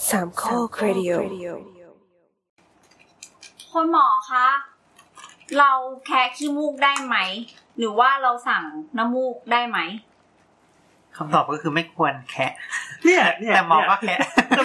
สามข้อครดิโอคุณหมอคะเราแคะขี้มูกได้ไหมหรือว่าเราสั่งน้ำมูกได้ไหมคำตอบก็คือไม่ควรแคะเนี่ยแต่หมอก็แคะ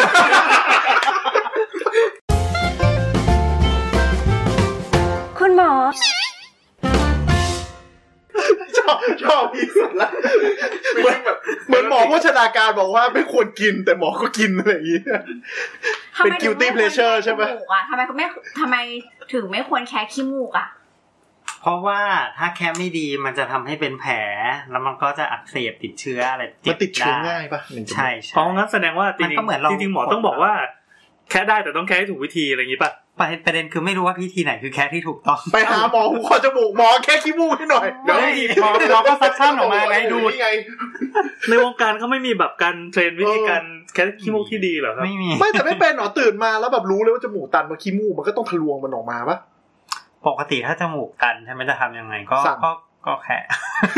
คุณหมอชอบที่สุดละเหมือนหมอโภชนาการบอกว่าไม่ควรกินแต่หมอก็กินอะไรอย่างนี้เป็น guilty pleasure ใช่ไหมทำไมถึงไม่ควรแคะขี้มูกอ่ะเพราะว่าถ้าแคะไม่ดีมันจะทำให้เป็นแผลแล้วมันก็จะอักเสบติดเชื้ออะไรมันติดเชื้อง่ายป่ะใช่เพราะงั้นแสดงว่าจริงๆหมอต้องบอกว่าแคะได้แต่ต้องแคะให้ถูกวิธีอะไรอย่างนี้ป่ะประเด็นคือไม่รู้ว่าวิธีไหนคือแคะที่ถูกต้องไปหาหมอหูคอจมูกหมอแค่ขี้มูกให้หน่อยเดี๋ยวหมอก็ซักชั่นออกมาไงดูไงในวงการเขาไม่มีแบบการเทรนวิธีการแคะขี้มูกที่ดีหรอครับไม่แต่ไม่เป็นหรอตื่นมาแล้วแบบรู้เลยว่าจมูกตันมาขี้มูกมันก็ต้องทะลวงมันออกมาป่ะปกติถ้าจมูกตันใช่ไหมจะทำยังไงก็แคะ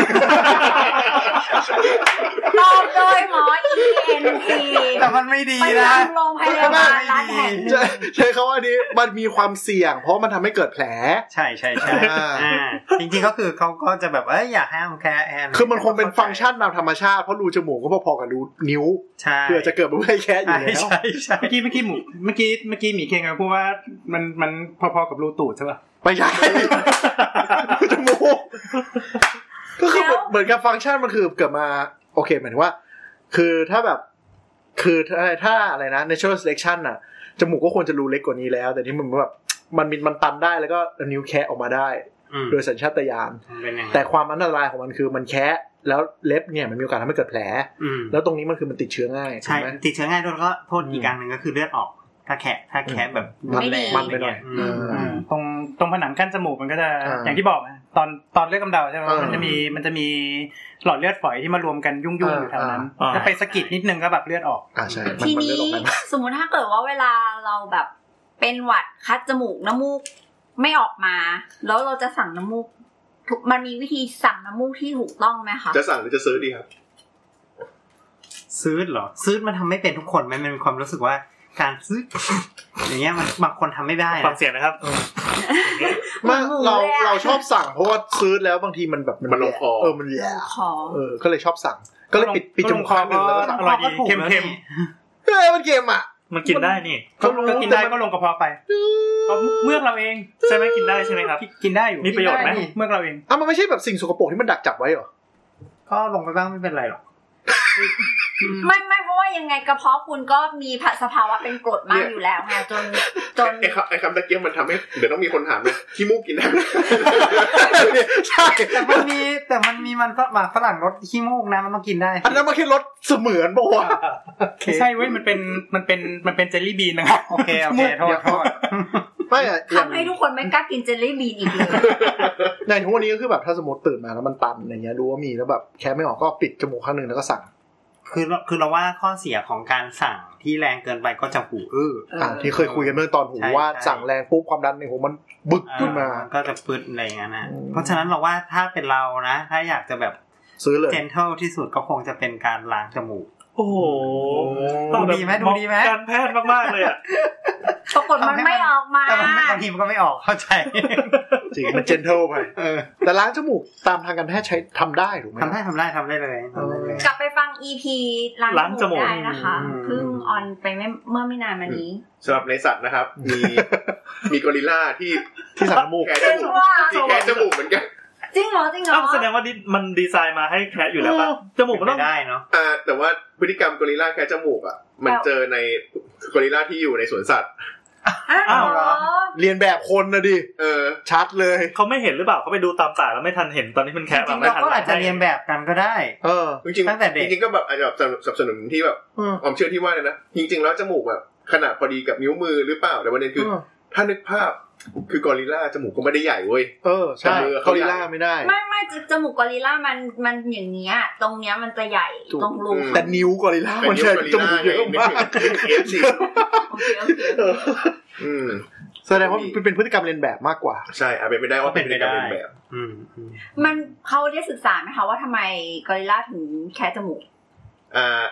ตอบโดยหมอ ENT แต่มันไม่ดีนะไปโรงพยาบาลรัฐแห่งนึงใช่เขาว่านี้มันมีความเสี่ยงเพราะมันทำให้เกิดแผลใช่จริงๆก็คือเขาก็จะแบบอยากให้ทำแคะคือมันคงเป็นฟังก์ชันตามธรรมชาติเพราะรูจมูกก็พอๆกับรูนิ้วเพื่อจะเกิดมันไม่แคะอยู่แล้วใช่เมื่อกี้หมีเคนพูดว่ามันพอๆกับรูตูดใช่ป่ะไม่ใช่จมูกก็คือเหมือนกับฟังก์ชันมันคือเกิดมาโอเคหมายถึงว่าคือถ้าแบบคือถ้าอะไรนะ natural selection น่ะจมูกก็ควรจะรูเล็กกว่านี้แล้วแต่ที่มันแบบมันตันได้แล้วก็นิ้วแคะออกมาได้โดยสัญชาตญาณแต่ความอันตรายของมันคือมันแคะแล้วเล็บเนี่ยมันมีโอกาสทำให้เกิดแผลแล้วตรงนี้มันคือมันติดเชื้อง่ายใช่ติดเชื้อง่ายด้วยแล้วก็โทษอีกอย่างนึงก็คือเลือดออกถ้าแคะแบบมันไปหน่อยตรงผนังกั้นจมูกมันก็จะอย่างที่บอกตอนเลือดกำเดาใช่ไหมมันจะมีหลอดเลือดฝอยที่มารวมกันยุ่งๆอยู่แถวนั้นถ้าไปสะกิดนิดนึงก็แบบเลือดออกใช่ทีนี้สมมุติถ้าเกิดว่าเวลาเราแบบเป็นหวัดคัดจมูกน้ำมูกไม่ออกมาแล้วเราจะสั่งน้ำมูกมันมีวิธีสั่งน้ำมูกที่ถูกต้องไหมคะจะสั่งหรือจะซื้อดีครับซื้อเหรอซื้อมันทำไม่เป็นทุกคนมันมีความรู้สึกว่าการซื้ออย่างเงี้ยมันบางคนทำไม่ได้ฟังเสียงนะครับเราชอบสั่งเพราะว่าซื้อแล้วบางทีมันแบบมันลงคอมันแย่ก็เลยชอบสั่งก็เลยปิดจมูกข้างนึงแล้วอร่อยดีเค็มมันเค็มอ่ะมันกินได้นี่ก็กินได้ก็ลงกระเพาะไปเมือกเราเองใช่ไหมกินได้ใช่ไหมครับกินได้อยู่มีประโยชน์ไหมเมือกเราเองมันไม่ใช่แบบสิ่งสกปรกที่มันดักจับไว้หรอก็ลงไปบ้างไม่เป็นไรหรอกไม่เพราะว่ายังไงกระเพาะคุณก็มีสภาวะเป็นกรดมากอยู่แล้วไงจนไอ้คำตะเกียบมันทำให้เดี๋ยวต้องมีคนถามเลยขี้มูกกินได้ใช่แต่มันมีมันฝรั่งรสขี้มูกนะมันต้องกินได้อันนั้นมันแค่รสเสมือนป่ะวะไม่ใช่เว้ยมันเป็นเจลลี่บีนนะครับโอเคโทษไม่ทำให้ทุกคนไม่กล้ากินเจลลี่บีนอีกเลยในทุกวันนี้ก็คือแบบถ้าสมมติตื่นมาแล้วมันตันอย่างเงี้ยรู้ว่ามีแล้วแบบแค่ไม่ออกก็ปิดจมูกข้างนึงแล้วก็สั่งคือเราว่าข้อเสียของการสั่งที่แรงเกินไปก็จะหูที่เคยคุยกันเมื่อตอนหูว่าสั่งแรงปุ๊บความดันในหูมันบึกขึ้นมาก็จะปึ๊ดอะไรอย่างนั้นนะเพราะฉะนั้นเราว่าถ้าเป็นเรานะถ้าอยากจะแบบซื้อเลย gentle ที่สุดก็คงจะเป็นการล้างจมูกโอ้โหดูดีไหมการแพทย์มากๆเลยอ่ะปรากฏมันไม่ออกมาแต่บางทีมันก็ไม่ออกเข้าใจจริงมัน gentle ไปแต่ล้างจมูกตามทางการแพทย์ใช้ทำได้ถูกไหมทำได้เลยกลับไปฟัง EP ล้างจมูกได้นะคะเพิ่งออนไปเมื่อไม่นานมานี้สำหรับในสัตว์นะครับมีกอริลลาที่สั่งจมูกแค่จมูกเหมือนกันจริงเหรอแสดงว่ามันดีไซน์มาให้แคะอยู่แล้วป่ะจมูกมันต้องได้เนาะแต่ว่าพฤติกรรมกอริลลาแคะจมูกอ่ะมันเจอในกอริลลาที่อยู่ในสวนสัตว์อ้าวเหรอเรียนแบบคนนะดิชัดเลยเขาไม่เห็นหรือเปล่าเขาไปดูตามสายแล้วไม่ทันเห็นตอนนี้มันแคะมาไม่ทันก็อาจจะเรียนแบบกันก็ได้จริงๆตั้งแต่เด็กจริงๆก็แบบอาจจะแบบสนับสนุนที่แบบความเชื่อที่ว่าเนี่ยนะจริงๆแล้วจมูกแบบขนาดพอดีกับนิ้วมือหรือเปล่าแต่ประเด็นคือถ้านึกภาพคือกอริลลาจมูกก็ไม่ได้ใหญ่เว้ยใช่กอริลลาไม่ได้ไม่จมูกกอริลลามันอย่างเงี้ยตรงเนี้ยมันจะใหญ่ตรงรูแต่นิ้วกอริลลามันใหญ่จมูกเยอะมากโอเคแสดงว่าเป็นพฤติกรรมเลียนแบบมากกว่าใช่เป็นไปได้ว่าเป็นพฤติกรรมเลียนแบบมันเขาได้ศึกษาไหมคะว่าทำไมกอริลลาถึงแคะจมูก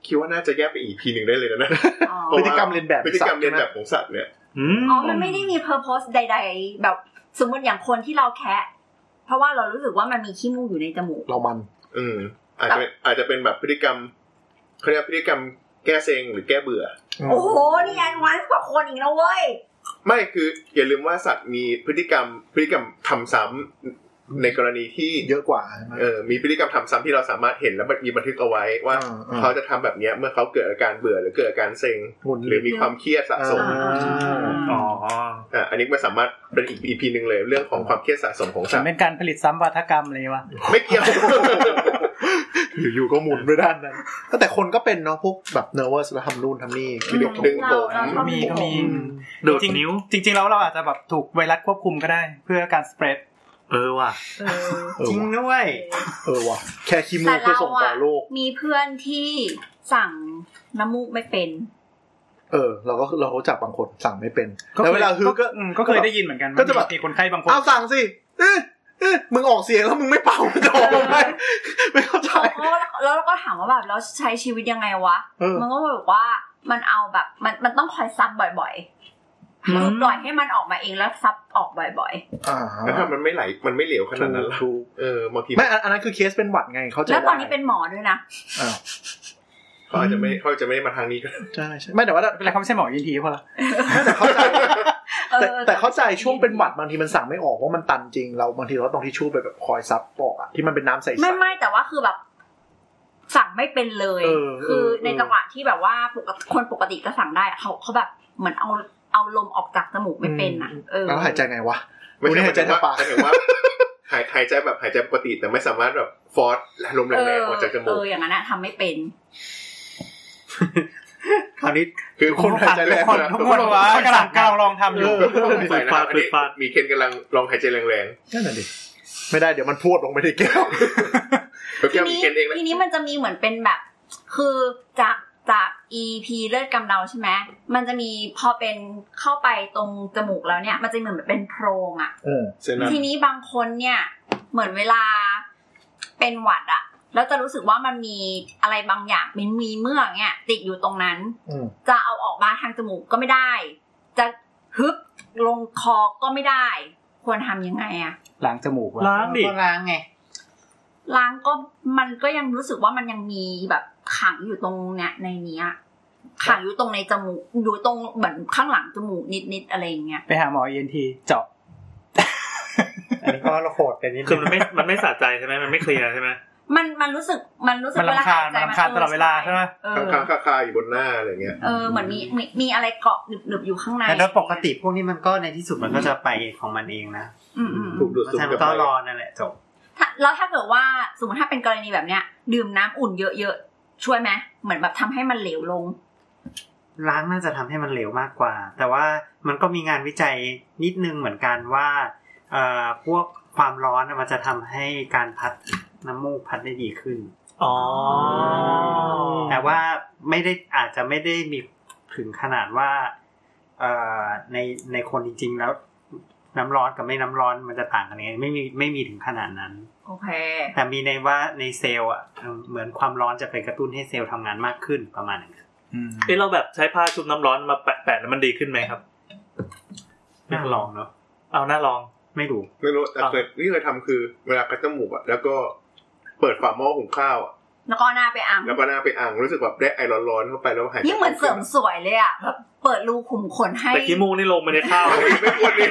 คิดว่าน่าจะแยกไปอีกทีนึงได้เลยนะพฤติกรรมเลียนแบบพฤติกรรมเลียนแบบของสัตว์เนี่ยมันไม่ได้มี purpose ใดๆแบบสมมติอย่างคนที่เราแคะเพราะว่าเรารู้สึกว่ามันมีขี้มูกอยู่ในจมูกเรามันอาจจะเป็นแบบพฤติกรรมเขาเรียกพฤติกรรมแก้เซ็งหรือแก้เบื่อโอ้โหนี่แอดวานซ์กว่าคนอีกนะเว้ยไม่คืออย่าลืมว่าสัตว์มีพฤติกรรมทำซ้ำในกรณีที่เยอะกว่าใช่ไหมมีพฤติกรรมทำซ้ำที่เราสามารถเห็นและมีบันทึกเอาไว้ว่าเขาจะทำแบบนี้เมื่อเขาเกิดอาการเบื่อหรือเกิดอาการเซ็งหรือมีความเครียดสะสมอันนี้มันสามารถเป็นอีก EP นึงเลยเรื่องของความเครียดสะสมของสัตว์เป็นการผลิตซ้ำวัฒกรรมเลยวะไม่เกี่ยวอยู่ๆก็หมุนไปด้านนั้นแต่คนก็เป็นเนาะพวกแบบ nervous แล้วทำนู่นทำนี่ดึงผมก็มีดูดนิ้วจริงๆแล้วเราอาจจะแบบถูกไวรัสควบคุมก็ได้เพื่อการสเปรดว่ะจริงด้วยว่ะแค่ขี้มูกเพื่อส่งต่อโลกมีเพื่อนที่สั่งน้ำมูกไม่เป็นเรารู้จักบางคนสั่งไม่เป็นแต่เวลาฮือก็เคยได้ยินเหมือนกันก็จะแบบมีคนไข้บางคนเอาสั่งสิมึงออกเสียงแล้วมึงไม่เป่าจะออกไหมไม่เข้าใจแล้วเราก็ถามว่าแบบแล้วใช้ชีวิตยังไงวะมันก็บอกว่ามันเอาแบบมันต้องคอยซับบ่อยๆคือปล่อยให้มันออกมาเองแล้วซับออกบ่อยๆแล้วถ้ามันไม่ไหลมันไม่เหลวขนาดนั้นล่ะบางทีไม่อันนั้นคือเคสเป็นหวัดไงเขาใจแล้วตอนนี้เป็นหมอด้วยนะเขาจะไม่มาทางนี้ก็ใช่ไม่แต่ว่าเป็นไรเขาไม่ใช่หมอยินทีพอละแต่เข้าใจแต่เข้าใจช่วงเป็นหวัดบางทีมันสั่งไม่ออกเพราะมันตันจริงเราบางทีเราต้องทิชชู่ไปแบบคอยซับปอกอ่ะที่มันเป็นน้ำใสๆไม่แต่ว่าคือแบบสั่งไม่เป็นเลยคือในจังหวะที่แบบว่าคนปกติก็สั่งได้เขาแบบเหมือนเอาลมออกจากจมูกไม่เป็นอ่ะแล้วหายใจไงวะไม่ใช่หายใจทางปากแต่ว่าหายใจแบบหายใจปกติแต่ไม่สามารถแบบฟอร์สลมแรงๆออกจากจมูกอย่างนั้นนะทำไม่เป็นคราวนี้คือคนหายใจแรงทุกคนว่ากำลังลองทำอยู่มีเคนกำลังลองหายใจแรงๆนั่นแหละดิไม่ได้เดี๋ยวมันพูดลงไปในแก้วทีนี้มันจะมีเหมือนเป็นแบบคือจาก EP เลือดกำเดาใช่ไหมมันจะมีพอเป็นเข้าไปตรงจมูกแล้วเนี่ยมันจะเหมือนเป็นโพรงอ่ะทีนี้บางคนเนี่ยเหมือนเวลาเป็นหวัดอ่ะแล้วจะรู้สึกว่ามันมีอะไรบางอย่างมีเมือกเนี่ยติดอยู่ตรงนั้นจะเอาออกมาทางจมูกก็ไม่ได้จะฮึบลงคอก็ไม่ได้ควรทำยังไงอะล้างจมูกล้างดิล้างไงล้างก็มันก็ยังรู้สึกว่ามันยังมีแบบขังอยู่ตรงเนี้ยในนี้ขังอยู่ตรงในจมูกอยู่ตรงเหมือนข้างหลังจมูกนิดๆอะไรอย่างเงี้ยไปหาหมอ ENT เจาะอันนี้ก็เราโหดเป็นนิดคือมันไม่สะใจใช่ไหมมันไม่เคลียร์ใช่ไหมมันรู้สึกเวลาหายใจมันคาตลอดเวลาใช่ไหมค้างๆอยู่บนหน้าอะไรเงี้ยเหมือนมีอะไรเกาะหนึบอยู่ข้างในแต่โดยปกติพวกนี้มันก็ในที่สุดมันก็จะไปของมันเองนะถูกดูดซึมกับก็รอนั่นแหละจบแล้วถ้าเกิดว่าสมมติถ้าเป็นกรณีแบบเนี้ยดื่มน้ำอุ่นเยอะๆช่วยไหมเหมือนแบบทำให้มันเหลวลงล้างน่าจะทำให้มันเหลวมากกว่าแต่ว่ามันก็มีงานวิจัยนิดนึงเหมือนกันว่าพวกความร้อนมันจะทำให้การพัดน้ำมูกพัดได้ดีขึ้นแต่ว่าไม่ได้อาจจะไม่ได้มีถึงขนาดว่าในคนจริงๆแล้วน้ำร้อนกับไม่น้ำร้อนมันจะต่างกันไงไม่มีถึงขนาดนั้นโอเคแต่มีในว่าในเซลล์เหมือนความร้อนจะไปกระตุ้นให้เซลล์ทำงานมากขึ้นประมาณนั้นเราแบบใช้ผ้าชุบน้ำร้อนมาแปะแล้วมันดีขึ้นไหมครับน่าลองเนาะเอาน่าลองไม่รู้แต่เคยทำคือเวลากัดจมูกแล้วก็เปิดฝาหม้อหุงข้าวแล้วก็หน้าไปอ่างรู้สึกแบบได้ไอร้อนๆเข้าไปแล้วหายใจนี่เหมือนเสริมสวยเลยอ่ะแบบเปิดรูขุมขนให้แต่ขี้มูกนี่ลงไปในข้าวไม่ควรเลย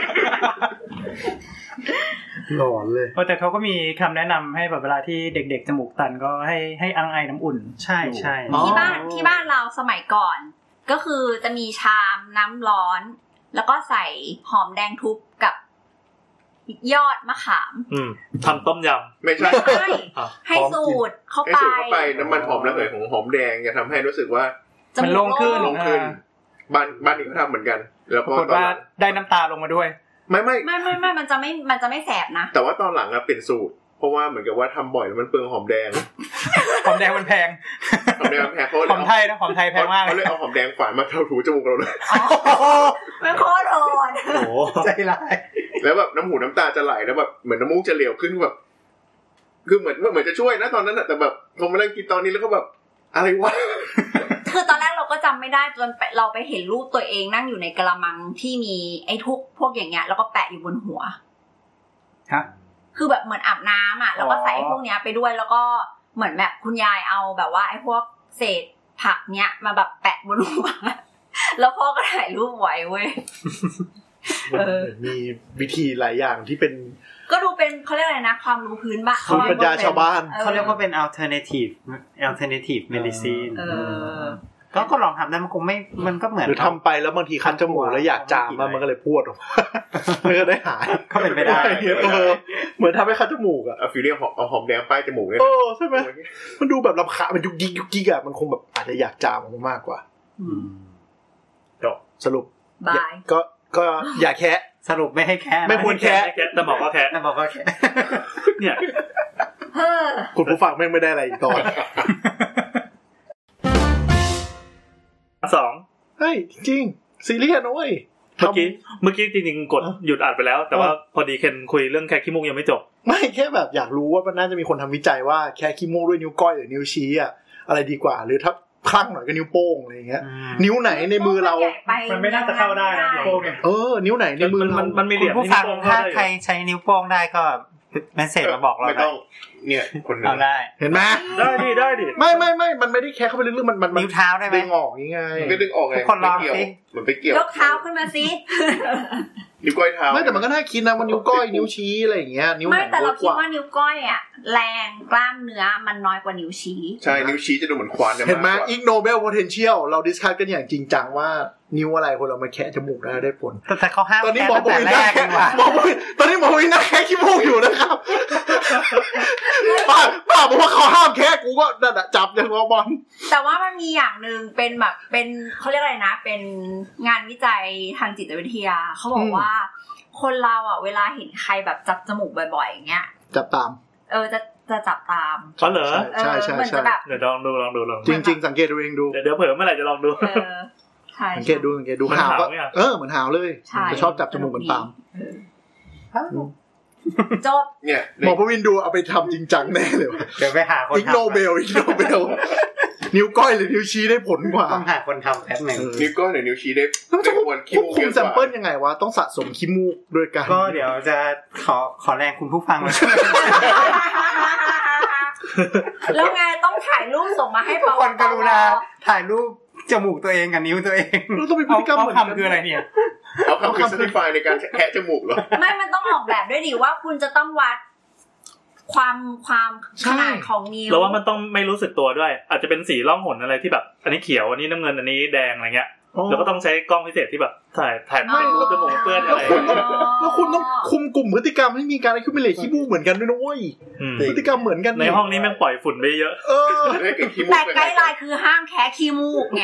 หลอนเลยแต่เขาก็มีคำแนะนำให้แบบเวลาที่เด็กๆจมูกตันก็ให้อังไอน้ำอุ่นใช่ใช่ที่บ้านเราสมัยก่อนก็คือจะมีชามน้ำร้อนแล้วก็ใส่หอมแดงทุบกับยอดมะขามทำต้มยำไม่ใช่ให้สูตรเข้าไปน้ำมันหอมระเหยของหอมแดงจะทำให้รู้สึกว่ามันลงขึ้นบ้านนี้เขาทำเหมือนกันแล้วพอตอนหลังได้น้ำตาลงมาด้วยไม่มันจะไม่แสบนะแต่ว่าตอนหลังเปลี่ยนสูตรเพราะว่าเหมือนกับว่าทำบ่อยแล้วมันเปลืองหอมแดงหอมแดงมันแพงหอมแดงมันแพงหอมไทยนะหอมไทยแพงมากเขาเลยเอาหอมแดงฝานมาเท่าถูจมูกเราเลยไม่โคตรโหดโอ้ใจร้ายแล้วแบบน้ำหูน้ำตาจะไหลแล้วแบบเหมือนน้ำมูกจะเหลวขึ้นแบบคือเหมือนจะช่วยนะตอนนั้นแต่แบบพอมาเล่นกินตอนนี้แล้วก็แบบอะไรวะคือตอนแรกเราก็จำไม่ได้จนเราไปเห็นรูปตัวเองนั่งอยู่ในกระมังที่มีไอ้พวกอย่างเงี้ยแล้วก็แปะอยู่บนหัวฮะคือแบบเหมือนอาบน้ำอ่ะแล้วก็ใส่พวกเนี้ยไปด้วยแล้วก็เหมือนแบบคุณยายเอาแบบว่าไอ้พวกเศษผักเนี้ยมาแบบแปะบนหัวแล้วพ่อก็ถ่ายรูปไว้เว้ยมีวิธีหลายอย่างที่เป็นก็ดูเป็นเขาเรียกอะไรนะความรู้พื้นบ้านภูมิปัญญาชาวบ้านเขาเรียกว่าเป็น alternative medicine ก็ลองทำได้มันคงไม่มันก็เหมือนหรือทำไปแล้วบางทีคันจมูกแล้วอยากจามมันก็เลยพูดออกมามันก็ได้หายก็เป็นไปได้เหมือนทำให้คันจมูกอ่ะฟิลลิ่งเอาหอมแดงป้ายจมูกเนี่ยใช่ไหมมันดูแบบรำคาญมันยุกยิกอ่ะมันคงแบบอาจจะอยากจามมากกว่าจบสรุปก็อย่าแคะสรุปไม่ให้แคะไม่ควรแคะแต่บอกก็แคะเนี่ยคุณผู้ฟังแม่งไม่ได้อะไรอีกตอน 2เฮ้ยจริงซีเรียสนะเว้ยเมื่อกี้จริงๆกดหยุดอัดไปแล้วแต่ว่าพอดีเคนคุยเรื่องแค่ขี้มูกยังไม่จบไม่แค่แบบอยากรู้ว่ามันน่าจะมีคนทำวิจัยว่าแค่ขี้มูกด้วยนิ้วก้อยหรือนิ้วชี้อะอะไรดีกว่าหรือถ้าคลั่งหน่อยก็นิ้วโป้งอะไรอย่างเงี้ยนิ้วไหนในมือเรามันไม่น่าจะเข้าได้นะนิ้วโป้งเนี่ยนิ้วไหนในมือมันมีเหลี่ยมผู้ฟังถ้าใครใช้นิ้วโป้งได้ก็เมสเสจมาบอกเราไม่ต้องเนี่ยคนเอาได้เห็นไหมได้ดิไม่มันไม่ได้แค่เข้าไปลึกๆมันนิ้วเท้าได้ไหมดึงออกยังไงมันก็ดึงออกไงคนลองสิมันไปเกี่ยวยกเท้าขึ้นมาสินิ้วก้อยเท้าไม่แต่มันก็น่าคิดนะมันนิ้วก้อยนิ้วชี้อะไรอย่างเงี้ยนิ้วไหนไม่แต่เราคิดว่านิ้วก้อยอ่ะแรงกล้ามเนื้อมันน้อยกว่านิ้วชี้ใช่นิ้วชี้จะดูเหมือนควานเห็นไหม ignoble potential เราดิสคัสกันอย่างจริงจังว่านิ้วอะไรคนเรามาแคะจมูกได้ผลแต่เขาห้ามตอนนี้หมอแต่แรกดีกว่าตอนนี้หมอวินาแคะขี้มูกอยู่นะครับป้าบอกว่าเขาห้ามแคะกูก็จับอย่างบอลแต่ว่ามันมีอย่างนึงเป็นแบบเป็นเขาเรียกอะไรนะเป็นงานวิจัยทางจิตวิทยาเขาบอกว่าคนเราอ่ะเวลาเห็นใครแบบจับจมูกบ่อยๆอย่างเงี้ยจับตามจะจับตามเขาเหรอใช่เดี๋ยวลองดูจริงๆสังเกตตัวเองดูเดี๋ยวเผื่อเมื่อไหร่จะลองดูสังเกตดูหาวก็เหมือนหาวเลยจะชอบจับจมูกเหมือนตามจบเนี่ยหมอพวินดูเอาไปทำจริงจังแน่เลยเดี๋ยวไปหาคนทำอีกโนเบลนิ้วก้อยหรือนิ้วชี้ได้ผลกว่าต้องหาคนทำแป๊บนึงนิ้วก้อยหรือนิ้วชี้ได้ควบคุมแซมเปิลยังไงวะต้องสะสมขี้มูกด้วยกันก็เดี๋ยวจะขอแรงคุณผู้ฟังมาแล้วไงต้องถ่ายรูปส่งมาให้ทุกคนกรุณาถ่ายรูปจมูกตัวเองกับนิ้วตัวเองเราต้องมีพฤติกรรมเหมือนกันคืออะไรเนี่ยเอาคำคือ certify ในการแคะจมูกเหรอไม่มันต้องออกแบบด้วยดิว่าคุณจะต้องวัดความขนาดของนิ้วแล้วว่ามันต้องไม่รู้สึกตัวด้วยอาจจะเป็นสีร่องหนอะไรที่แบบอันนี้เขียวอันนี้น้ำเงินอันนี้แดงอะไรเงี้ยแล้วก็ต้องใช้กล้องพิเศษที่แบบถ่ายไม่จมูกเปื้อนอะไรแล้วคุณต้องคุมกลุ่มพฤติกรรมให้มีการคิวมิเลตขี้มูกเหมือนกันด้วยนะเว้ยพฤติกรรมเหมือนกันในห้องนี้แม่งปล่อยฝุ่นไปเยอะแต่ไกด์ไลน์คือห้ามแคะขี้มูกไง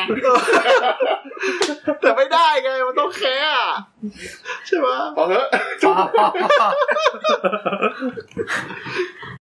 แต่ไม่ได้ไงมันต้องแคะใช่ไหมเอาเถอะ